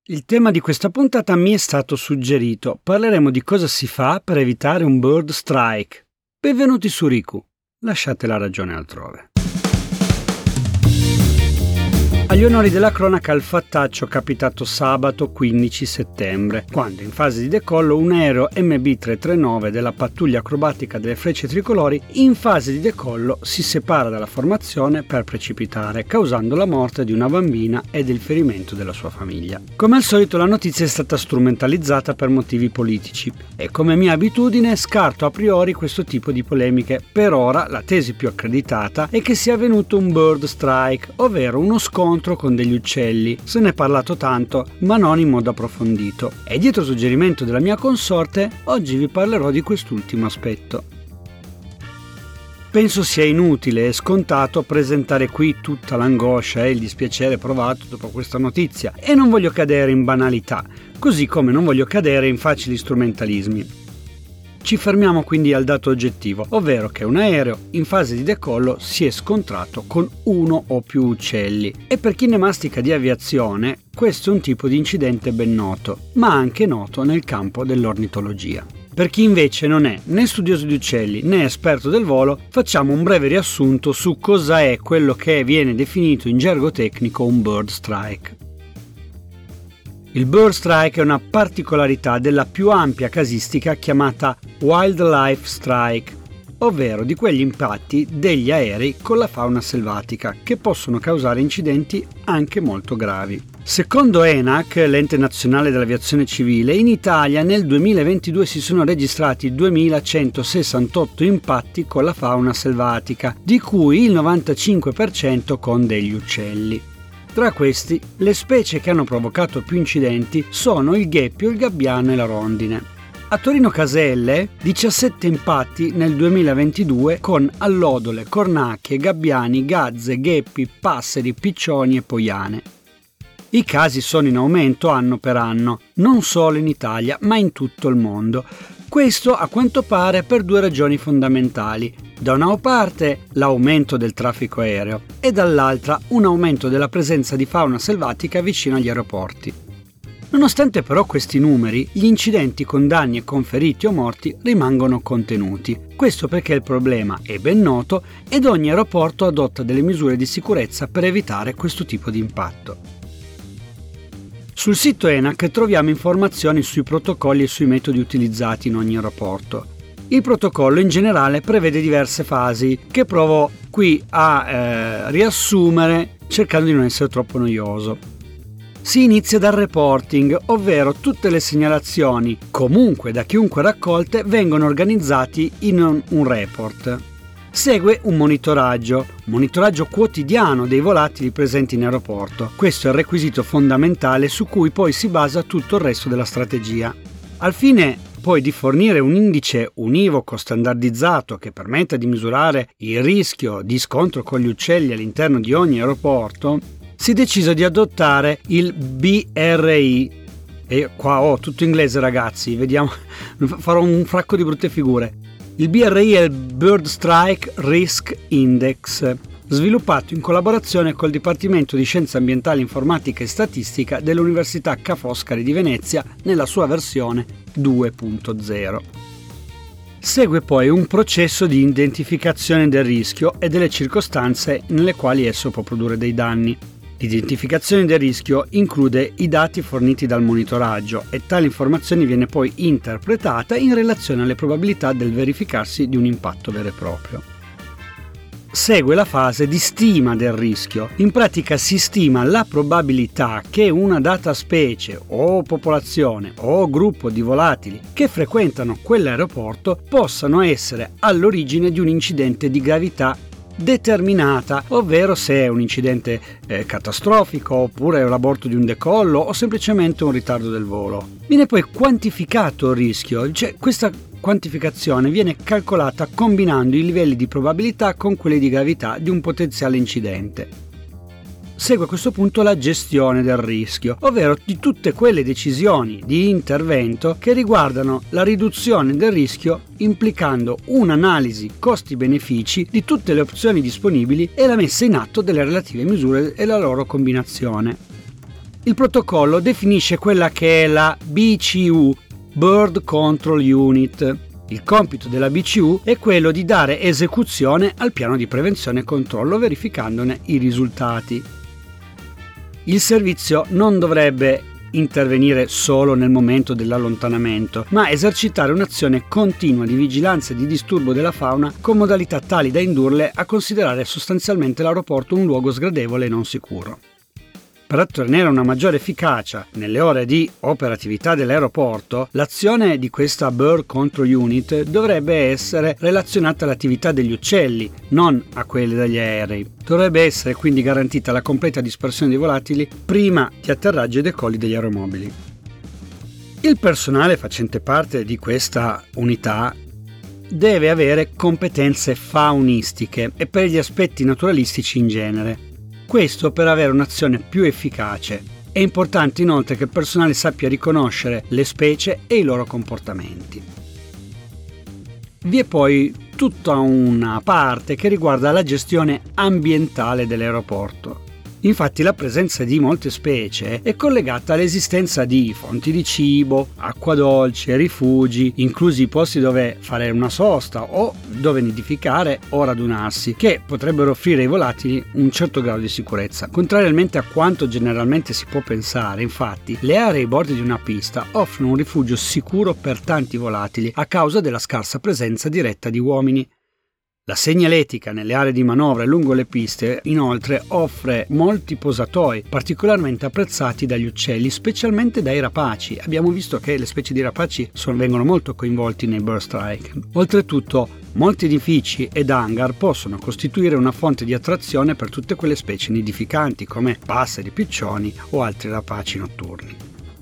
Il tema di questa puntata mi è stato suggerito. Parleremo di cosa si fa per evitare un bird strike. Benvenuti su Riku. Lasciate la ragione altrove. Agli onori della cronaca il fattaccio capitato sabato 15 settembre, quando in fase di decollo un aereo MB339 della pattuglia acrobatica delle Frecce Tricolori in fase di decollo si separa dalla formazione per precipitare, causando la morte di una bambina ed il ferimento della sua famiglia. Come al solito la notizia è stata strumentalizzata per motivi politici e come mia abitudine scarto a priori questo tipo di polemiche. Per ora la tesi più accreditata è che sia avvenuto un bird strike, ovvero uno scontro con degli uccelli. Se ne è parlato tanto, ma non in modo approfondito. E dietro suggerimento della mia consorte, oggi vi parlerò di quest'ultimo aspetto. Penso sia inutile e scontato presentare qui tutta l'angoscia e il dispiacere provato dopo questa notizia, e non voglio cadere in banalità, così come non voglio cadere in facili strumentalismi. Ci fermiamo quindi al dato oggettivo, ovvero che un aereo in fase di decollo si è scontrato con uno o più uccelli. E per chi ne mastica di aviazione, questo è un tipo di incidente ben noto, ma anche noto nel campo dell'ornitologia. Per chi invece non è né studioso di uccelli né esperto del volo, facciamo un breve riassunto su cosa è quello che viene definito in gergo tecnico un bird strike. Il bird strike è una particolarità della più ampia casistica chiamata wildlife strike, ovvero di quegli impatti degli aerei con la fauna selvatica che possono causare incidenti anche molto gravi. Secondo ENAC, l'ente nazionale dell'aviazione civile, in Italia nel 2022 si sono registrati 2168 impatti con la fauna selvatica, di cui il 95% con degli uccelli. Tra questi, le specie che hanno provocato più incidenti sono il gheppio, il gabbiano e la rondine. A Torino Caselle, 17 impatti nel 2022 con allodole, cornacchie, gabbiani, gazze, gheppi, passeri, piccioni e poiane. I casi sono in aumento anno per anno, non solo in Italia, ma in tutto il mondo. Questo a quanto pare per due ragioni fondamentali. Da una parte l'aumento del traffico aereo e dall'altra un aumento della presenza di fauna selvatica vicino agli aeroporti. Nonostante però questi numeri, gli incidenti con danni e con feriti o morti rimangono contenuti. Questo perché il problema è ben noto ed ogni aeroporto adotta delle misure di sicurezza per evitare questo tipo di impatto. Sul sito ENAC troviamo informazioni sui protocolli e sui metodi utilizzati in ogni aeroporto. Il protocollo in generale prevede diverse fasi che provo qui a riassumere cercando di non essere troppo noioso. Si inizia dal reporting, ovvero tutte le segnalazioni, comunque da chiunque raccolte, vengono organizzati in un report. Segue un monitoraggio quotidiano dei volatili presenti in aeroporto. Questo è il requisito fondamentale su cui poi si basa tutto il resto della strategia. Al fine poi di fornire un indice univoco standardizzato che permetta di misurare il rischio di scontro con gli uccelli all'interno di ogni aeroporto, si è deciso di adottare il BRI. E qua ho tutto inglese, ragazzi, vediamo, farò un fracco di brutte figure. Il BRI è il Bird Strike Risk Index, sviluppato in collaborazione col Dipartimento di Scienze Ambientali, Informatica e Statistica dell'Università Ca' Foscari di Venezia nella sua versione 2.0. Segue poi un processo di identificazione del rischio e delle circostanze nelle quali esso può produrre dei danni. L'identificazione del rischio include i dati forniti dal monitoraggio e tale informazione viene poi interpretata in relazione alle probabilità del verificarsi di un impatto vero e proprio. Segue la fase di stima del rischio. In pratica si stima la probabilità che una data specie o popolazione o gruppo di volatili che frequentano quell'aeroporto possano essere all'origine di un incidente di gravità determinata, ovvero se è un incidente catastrofico oppure l'aborto di un decollo o semplicemente un ritardo del volo. Viene poi quantificato il rischio, questa quantificazione viene calcolata combinando i livelli di probabilità con quelli di gravità di un potenziale incidente. Segue a questo punto la gestione del rischio, ovvero di tutte quelle decisioni di intervento che riguardano la riduzione del rischio implicando un'analisi costi-benefici di tutte le opzioni disponibili e la messa in atto delle relative misure e la loro combinazione. Il protocollo definisce quella che è la BCU, Bird Control Unit. Il compito della BCU è quello di dare esecuzione al piano di prevenzione e controllo verificandone i risultati. Il servizio non dovrebbe intervenire solo nel momento dell'allontanamento, ma esercitare un'azione continua di vigilanza e di disturbo della fauna con modalità tali da indurle a considerare sostanzialmente l'aeroporto un luogo sgradevole e non sicuro. Per ottenere una maggiore efficacia nelle ore di operatività dell'aeroporto, l'azione di questa Bird Control Unit dovrebbe essere relazionata all'attività degli uccelli, non a quelle degli aerei. Dovrebbe essere quindi garantita la completa dispersione dei volatili prima di atterraggio e decolli degli aeromobili. Il personale facente parte di questa unità deve avere competenze faunistiche e per gli aspetti naturalistici in genere. Questo per avere un'azione più efficace. È importante inoltre che il personale sappia riconoscere le specie e i loro comportamenti. Vi è poi tutta una parte che riguarda la gestione ambientale dell'aeroporto. Infatti la presenza di molte specie è collegata all'esistenza di fonti di cibo, acqua dolce, rifugi, inclusi posti dove fare una sosta o dove nidificare o radunarsi, che potrebbero offrire ai volatili un certo grado di sicurezza. Contrariamente a quanto generalmente si può pensare, infatti, le aree ai bordi di una pista offrono un rifugio sicuro per tanti volatili a causa della scarsa presenza diretta di uomini. La segnaletica nelle aree di manovra e lungo le piste, inoltre, offre molti posatoi particolarmente apprezzati dagli uccelli, specialmente dai rapaci. Abbiamo visto che le specie di rapaci vengono molto coinvolti nei bird strike. Oltretutto, molti edifici ed hangar possono costituire una fonte di attrazione per tutte quelle specie nidificanti come passeri, piccioni o altri rapaci notturni.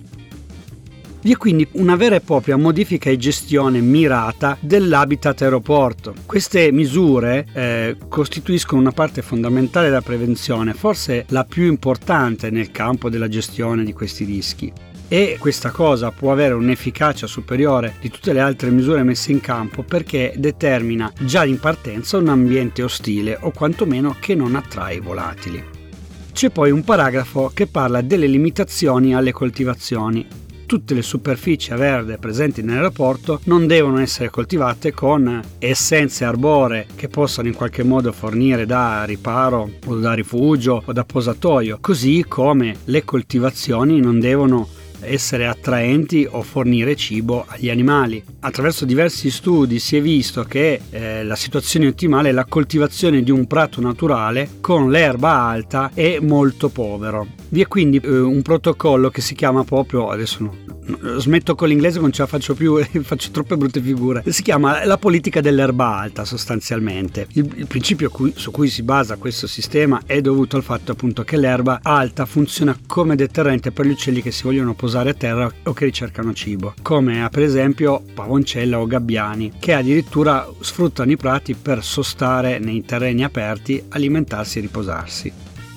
Vi è quindi una vera e propria modifica e gestione mirata dell'habitat aeroporto. Queste misure costituiscono una parte fondamentale della prevenzione, forse la più importante nel campo della gestione di questi rischi. E questa cosa può avere un'efficacia superiore di tutte le altre misure messe in campo perché determina già in partenza un ambiente ostile o quantomeno che non attrae i volatili. C'è poi un paragrafo che parla delle limitazioni alle coltivazioni. Tutte le superfici a verde presenti nell'aeroporto non devono essere coltivate con essenze arboree che possano in qualche modo fornire da riparo o da rifugio o da posatoio, così come le coltivazioni non devono essere attraenti o fornire cibo agli animali. Attraverso diversi studi si è visto che la situazione ottimale è la coltivazione di un prato naturale con l'erba alta e molto povero. Vi è quindi un protocollo che si chiama proprio, adesso smetto con l'inglese, non ce la faccio più e faccio troppe brutte figure, si chiama la politica dell'erba alta sostanzialmente. Il principio su cui si basa questo sistema è dovuto al fatto appunto che l'erba alta funziona come deterrente per gli uccelli che si vogliono posare a terra o che ricercano cibo, come per esempio pavoncella o gabbiani, che addirittura sfruttano i prati per sostare nei terreni aperti, alimentarsi e riposarsi.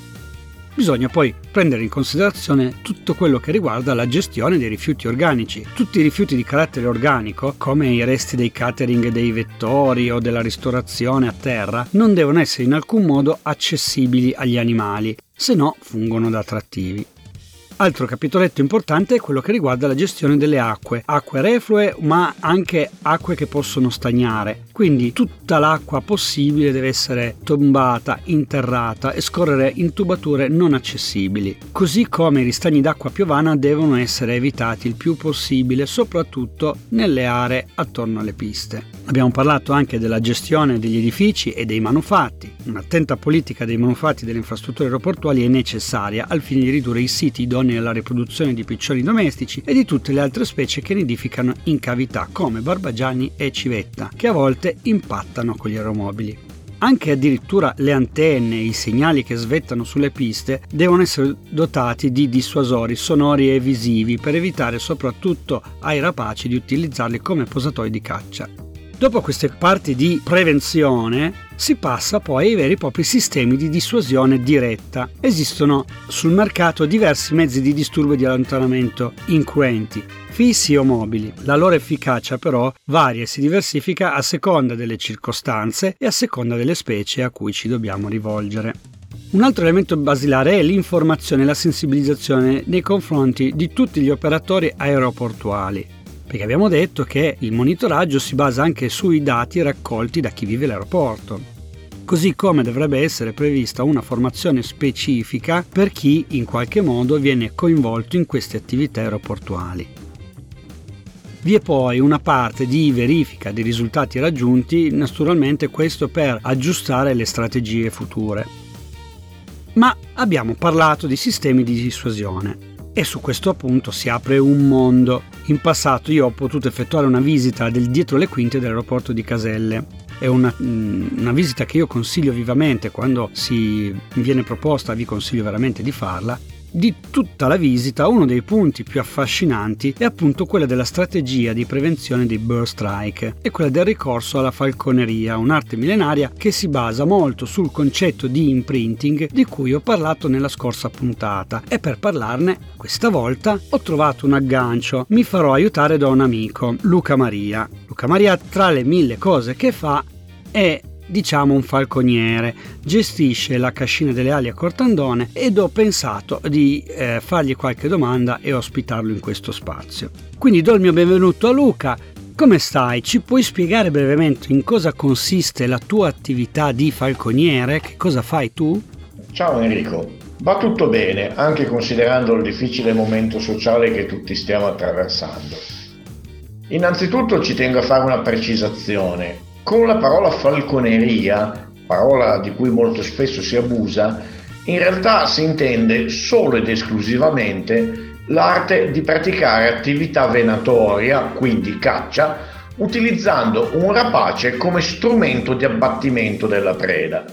Bisogna poi prendere in considerazione tutto quello che riguarda la gestione dei rifiuti organici. Tutti i rifiuti di carattere organico, come i resti dei catering dei vettori o della ristorazione a terra, non devono essere in alcun modo accessibili agli animali, se no fungono da attrattivi. Altro capitoletto importante è quello che riguarda la gestione delle acque reflue ma anche acque che possono stagnare, quindi tutta l'acqua possibile deve essere tombata, interrata e scorrere in tubature non accessibili, così come i ristagni d'acqua piovana devono essere evitati il più possibile, soprattutto nelle aree attorno alle piste. Abbiamo parlato anche della gestione degli edifici e dei manufatti. Un'attenta politica dei manufatti e delle infrastrutture aeroportuali è necessaria al fine di ridurre i siti idonei alla riproduzione di piccioni domestici e di tutte le altre specie che nidificano in cavità come barbagianni e civetta, che a volte impattano con gli aeromobili. Anche addirittura le antenne e i segnali che svettano sulle piste devono essere dotati di dissuasori sonori e visivi per evitare soprattutto ai rapaci di utilizzarli come posatoi di caccia. Dopo queste parti di prevenzione si passa poi ai veri e propri sistemi di dissuasione diretta. Esistono sul mercato diversi mezzi di disturbo e di allontanamento incruenti, fissi o mobili. La loro efficacia però varia e si diversifica a seconda delle circostanze e a seconda delle specie a cui ci dobbiamo rivolgere. Un altro elemento basilare è l'informazione e la sensibilizzazione nei confronti di tutti gli operatori aeroportuali, perché abbiamo detto che il monitoraggio si basa anche sui dati raccolti da chi vive l'aeroporto, così come dovrebbe essere prevista una formazione specifica per chi in qualche modo viene coinvolto in queste attività aeroportuali. Vi è poi una parte di verifica dei risultati raggiunti, naturalmente questo per aggiustare le strategie future. Ma abbiamo parlato di sistemi di dissuasione e su questo appunto si apre un mondo. In passato io ho potuto effettuare una visita del dietro le quinte dell'aeroporto di Caselle. È una visita che io consiglio vivamente, quando si viene proposta vi consiglio veramente di farla. Di tutta la visita, uno dei punti più affascinanti è appunto quella della strategia di prevenzione dei bird strike e quella del ricorso alla falconeria, un'arte millenaria che si basa molto sul concetto di imprinting di cui ho parlato nella scorsa puntata, e per parlarne questa volta ho trovato un aggancio. Mi farò aiutare da un amico, Luca Maria. Luca Maria, tra le 1000 cose che fa, è un falconiere, gestisce la cascina delle ali a Cortandone ed ho pensato di fargli qualche domanda e ospitarlo in questo spazio. Quindi do il mio benvenuto a Luca. Come stai? Ci puoi spiegare brevemente in cosa consiste la tua attività di falconiere? Che cosa fai tu? Ciao Enrico, va tutto bene, anche considerando il difficile momento sociale che tutti stiamo attraversando. Innanzitutto ci tengo a fare una precisazione. Con la parola falconeria, parola di cui molto spesso si abusa, in realtà si intende solo ed esclusivamente l'arte di praticare attività venatoria, quindi caccia, utilizzando un rapace come strumento di abbattimento della preda.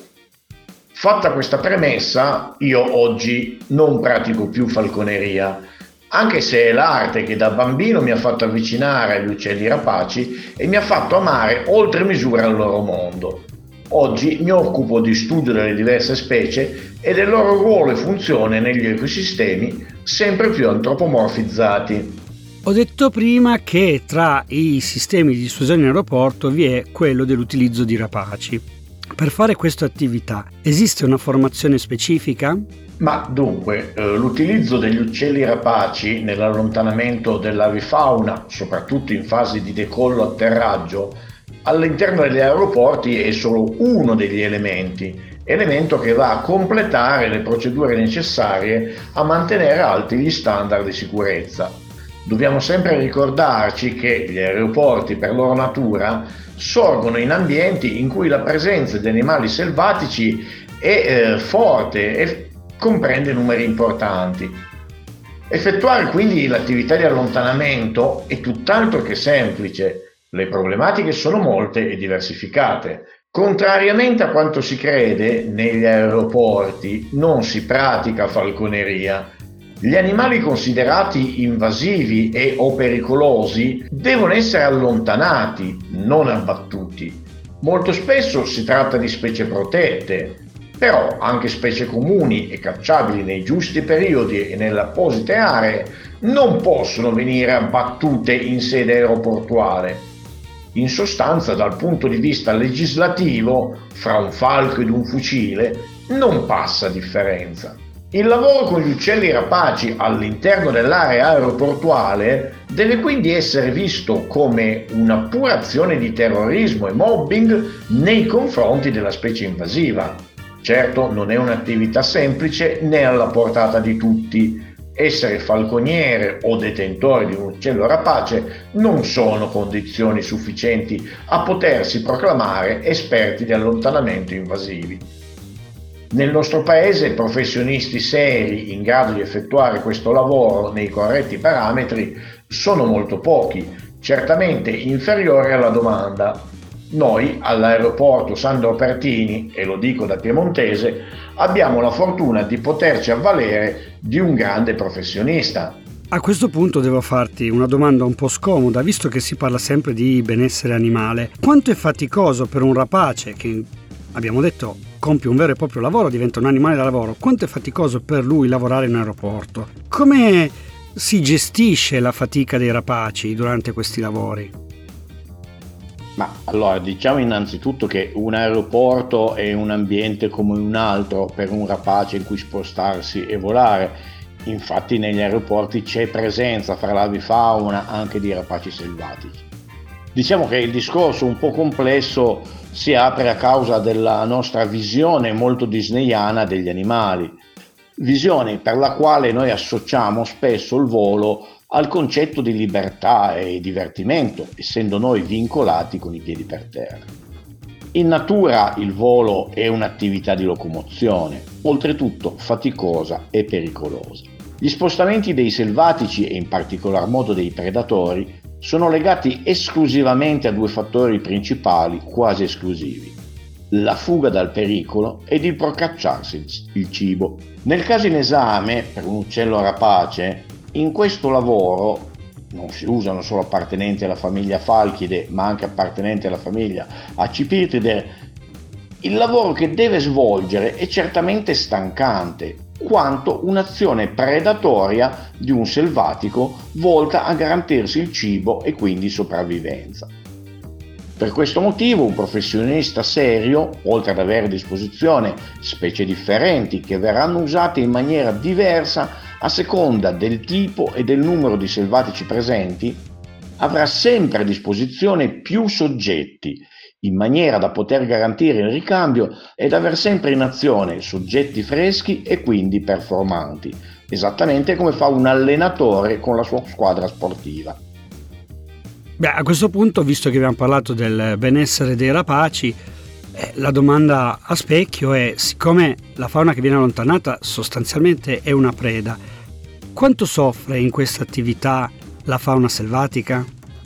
Fatta questa premessa, io oggi non pratico più falconeria, anche se è l'arte che da bambino mi ha fatto avvicinare agli uccelli rapaci e mi ha fatto amare oltre misura il loro mondo. Oggi mi occupo di studio delle diverse specie e del loro ruolo e funzione negli ecosistemi sempre più antropomorfizzati. Ho detto prima che tra i sistemi di dissuasione in aeroporto vi è quello dell'utilizzo di rapaci. Per fare questa attività esiste una formazione specifica? Ma dunque, l'utilizzo degli uccelli rapaci nell'allontanamento dell'avifauna, soprattutto in fase di decollo atterraggio, all'interno degli aeroporti è solo uno degli elemento che va a completare le procedure necessarie a mantenere alti gli standard di sicurezza. Dobbiamo sempre ricordarci che gli aeroporti, per loro natura, sorgono in ambienti in cui la presenza di animali selvatici è forte e comprende numeri importanti. Effettuare quindi l'attività di allontanamento è tutt'altro che semplice. Le problematiche sono molte e diversificate. Contrariamente a quanto si crede, negli aeroporti non si pratica falconeria. Gli animali considerati invasivi e o pericolosi devono essere allontanati, non abbattuti. Molto spesso si tratta di specie protette, però anche specie comuni e cacciabili nei giusti periodi e nelle apposite aree non possono venire abbattute in sede aeroportuale. In sostanza, dal punto di vista legislativo, fra un falco ed un fucile non passa differenza. Il lavoro con gli uccelli rapaci all'interno dell'area aeroportuale deve quindi essere visto come una pura azione di terrorismo e mobbing nei confronti della specie invasiva. Certo, non è un'attività semplice né alla portata di tutti. Essere falconiere o detentore di un uccello rapace non sono condizioni sufficienti a potersi proclamare esperti di allontanamento invasivi. Nel nostro paese professionisti seri in grado di effettuare questo lavoro nei corretti parametri sono molto pochi, certamente inferiori alla domanda. Noi all'aeroporto Sandro Pertini, e lo dico da piemontese, abbiamo la fortuna di poterci avvalere di un grande professionista. A questo punto devo farti una domanda un po' scomoda, visto che si parla sempre di benessere animale. Quanto è faticoso per un rapace che, abbiamo detto, compie un vero e proprio lavoro, diventa un animale da lavoro, quanto è faticoso per lui lavorare in aeroporto? Come si gestisce la fatica dei rapaci durante questi lavori? Ma allora diciamo innanzitutto che un aeroporto è un ambiente come un altro per un rapace in cui spostarsi e volare. Infatti negli aeroporti c'è presenza fra l'avifauna anche di rapaci selvatici. Diciamo che il discorso un po' complesso si apre a causa della nostra visione molto disneyana degli animali, visione per la quale noi associamo spesso il volo al concetto di libertà e divertimento, essendo noi vincolati con i piedi per terra. In natura il volo è un'attività di locomozione, oltretutto faticosa e pericolosa. Gli spostamenti dei selvatici e in particolar modo dei predatori sono legati esclusivamente a due fattori principali quasi esclusivi: la fuga dal pericolo ed il procacciarsi il cibo. Nel caso in esame, per un uccello rapace, in questo lavoro non si usano solo appartenenti alla famiglia Falchide, ma anche appartenenti alla famiglia Accipitide. Il lavoro che deve svolgere è certamente stancante, quanto un'azione predatoria di un selvatico volta a garantirsi il cibo e quindi sopravvivenza. Per questo motivo un professionista serio, oltre ad avere a disposizione specie differenti che verranno usate in maniera diversa a seconda del tipo e del numero di selvatici presenti, avrà sempre a disposizione più soggetti, in maniera da poter garantire il ricambio ed aver sempre in azione soggetti freschi e quindi performanti, esattamente come fa un allenatore con la sua squadra sportiva. Beh, a questo punto, visto che abbiamo parlato del benessere dei rapaci, la domanda a specchio è: siccome la fauna che viene allontanata sostanzialmente è una preda, quanto soffre in questa attività la fauna selvatica?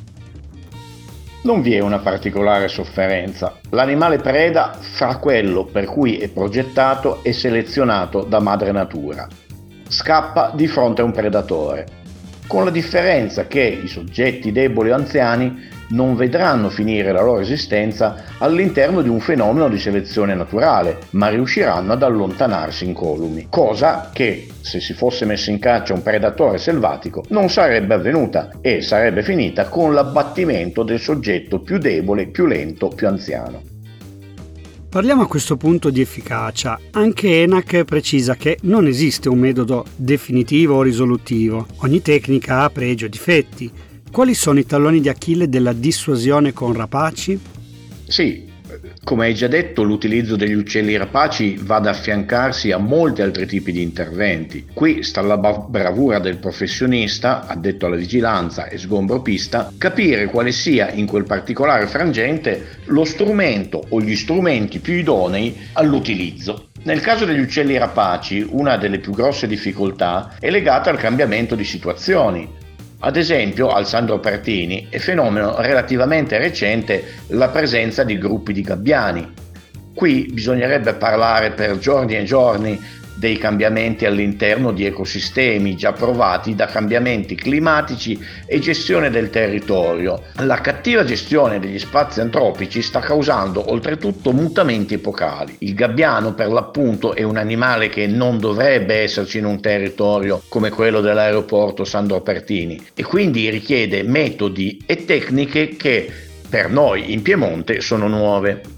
Non vi è una particolare sofferenza. L'animale preda fa quello per cui è progettato e selezionato da madre natura. Scappa di fronte a un predatore, con la differenza che i soggetti deboli o anziani non vedranno finire la loro esistenza all'interno di un fenomeno di selezione naturale, ma riusciranno ad allontanarsi incolumi, cosa che, se si fosse messo in caccia un predatore selvatico, non sarebbe avvenuta e sarebbe finita con l'abbattimento del soggetto più debole, più lento, più anziano. Parliamo a questo punto di efficacia. Anche ENAC precisa che non esiste un metodo definitivo o risolutivo. Ogni tecnica ha pregi o difetti. Quali sono i talloni di Achille della dissuasione con rapaci? Sì, come hai già detto, l'utilizzo degli uccelli rapaci va ad affiancarsi a molti altri tipi di interventi. Qui sta la bravura del professionista, addetto alla vigilanza e sgombro pista, capire quale sia in quel particolare frangente lo strumento o gli strumenti più idonei all'utilizzo. Nel caso degli uccelli rapaci, una delle più grosse difficoltà è legata al cambiamento di situazioni. Ad esempio, al Sandro Pertini è fenomeno relativamente recente la presenza di gruppi di gabbiani. Qui bisognerebbe parlare per giorni e giorni dei cambiamenti all'interno di ecosistemi già provati da cambiamenti climatici e gestione del territorio. La cattiva gestione degli spazi antropici sta causando oltretutto mutamenti epocali. Il gabbiano, per l'appunto, è un animale che non dovrebbe esserci in un territorio come quello dell'aeroporto Sandro Pertini e quindi richiede metodi e tecniche che per noi in Piemonte sono nuove.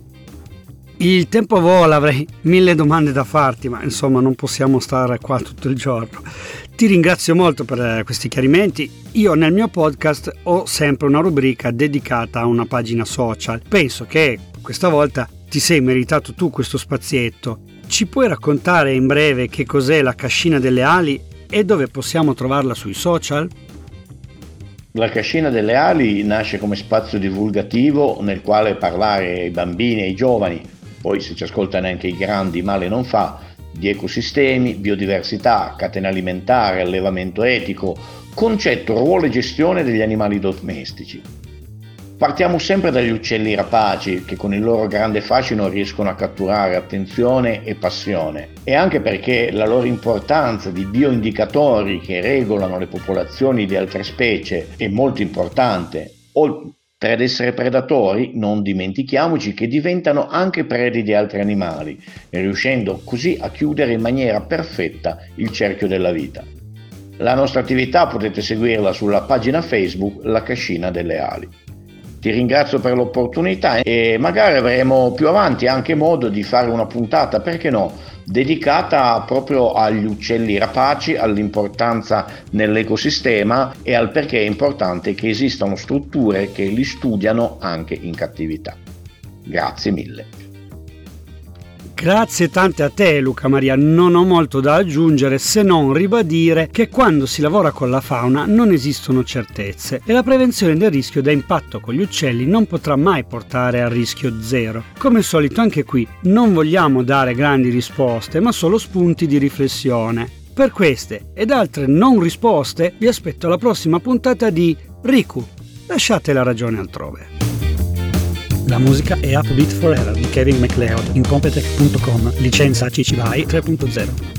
Il tempo vola, avrei 1000 domande da farti, ma insomma non possiamo stare qua tutto il giorno. Ti ringrazio molto per questi chiarimenti. Io nel mio podcast ho sempre una rubrica dedicata a una pagina social. Penso che questa volta ti sei meritato tu questo spazietto. Ci puoi raccontare in breve che cos'è la Cascina delle Ali e dove possiamo trovarla sui social? La Cascina delle Ali nasce come spazio divulgativo nel quale parlare ai bambini e ai giovani, poi se ci ascoltano anche i grandi male non fa, di ecosistemi, biodiversità, catena alimentare, allevamento etico, concetto, ruolo e gestione degli animali domestici. Partiamo sempre dagli uccelli rapaci che con il loro grande fascino riescono a catturare attenzione e passione e anche perché la loro importanza di bioindicatori che regolano le popolazioni di altre specie è molto importante. Oltre ad essere predatori, non dimentichiamoci che diventano anche predi di altri animali, riuscendo così a chiudere in maniera perfetta il cerchio della vita. La nostra attività potete seguirla sulla pagina Facebook La Cascina delle Ali. Ti ringrazio per l'opportunità e magari avremo più avanti anche modo di fare una puntata, perché no, dedicata proprio agli uccelli rapaci, all'importanza nell'ecosistema e al perché è importante che esistano strutture che li studiano anche in cattività. Grazie mille. Grazie tante a te Luca Maria, non ho molto da aggiungere se non ribadire che quando si lavora con la fauna non esistono certezze e la prevenzione del rischio da impatto con gli uccelli non potrà mai portare al rischio zero. Come al solito anche qui non vogliamo dare grandi risposte ma solo spunti di riflessione. Per queste ed altre non risposte vi aspetto alla prossima puntata di Riku, lasciate la ragione altrove. La musica è Upbeat Forever di Kevin MacLeod in Competech.com, licenza CC BY 3.0.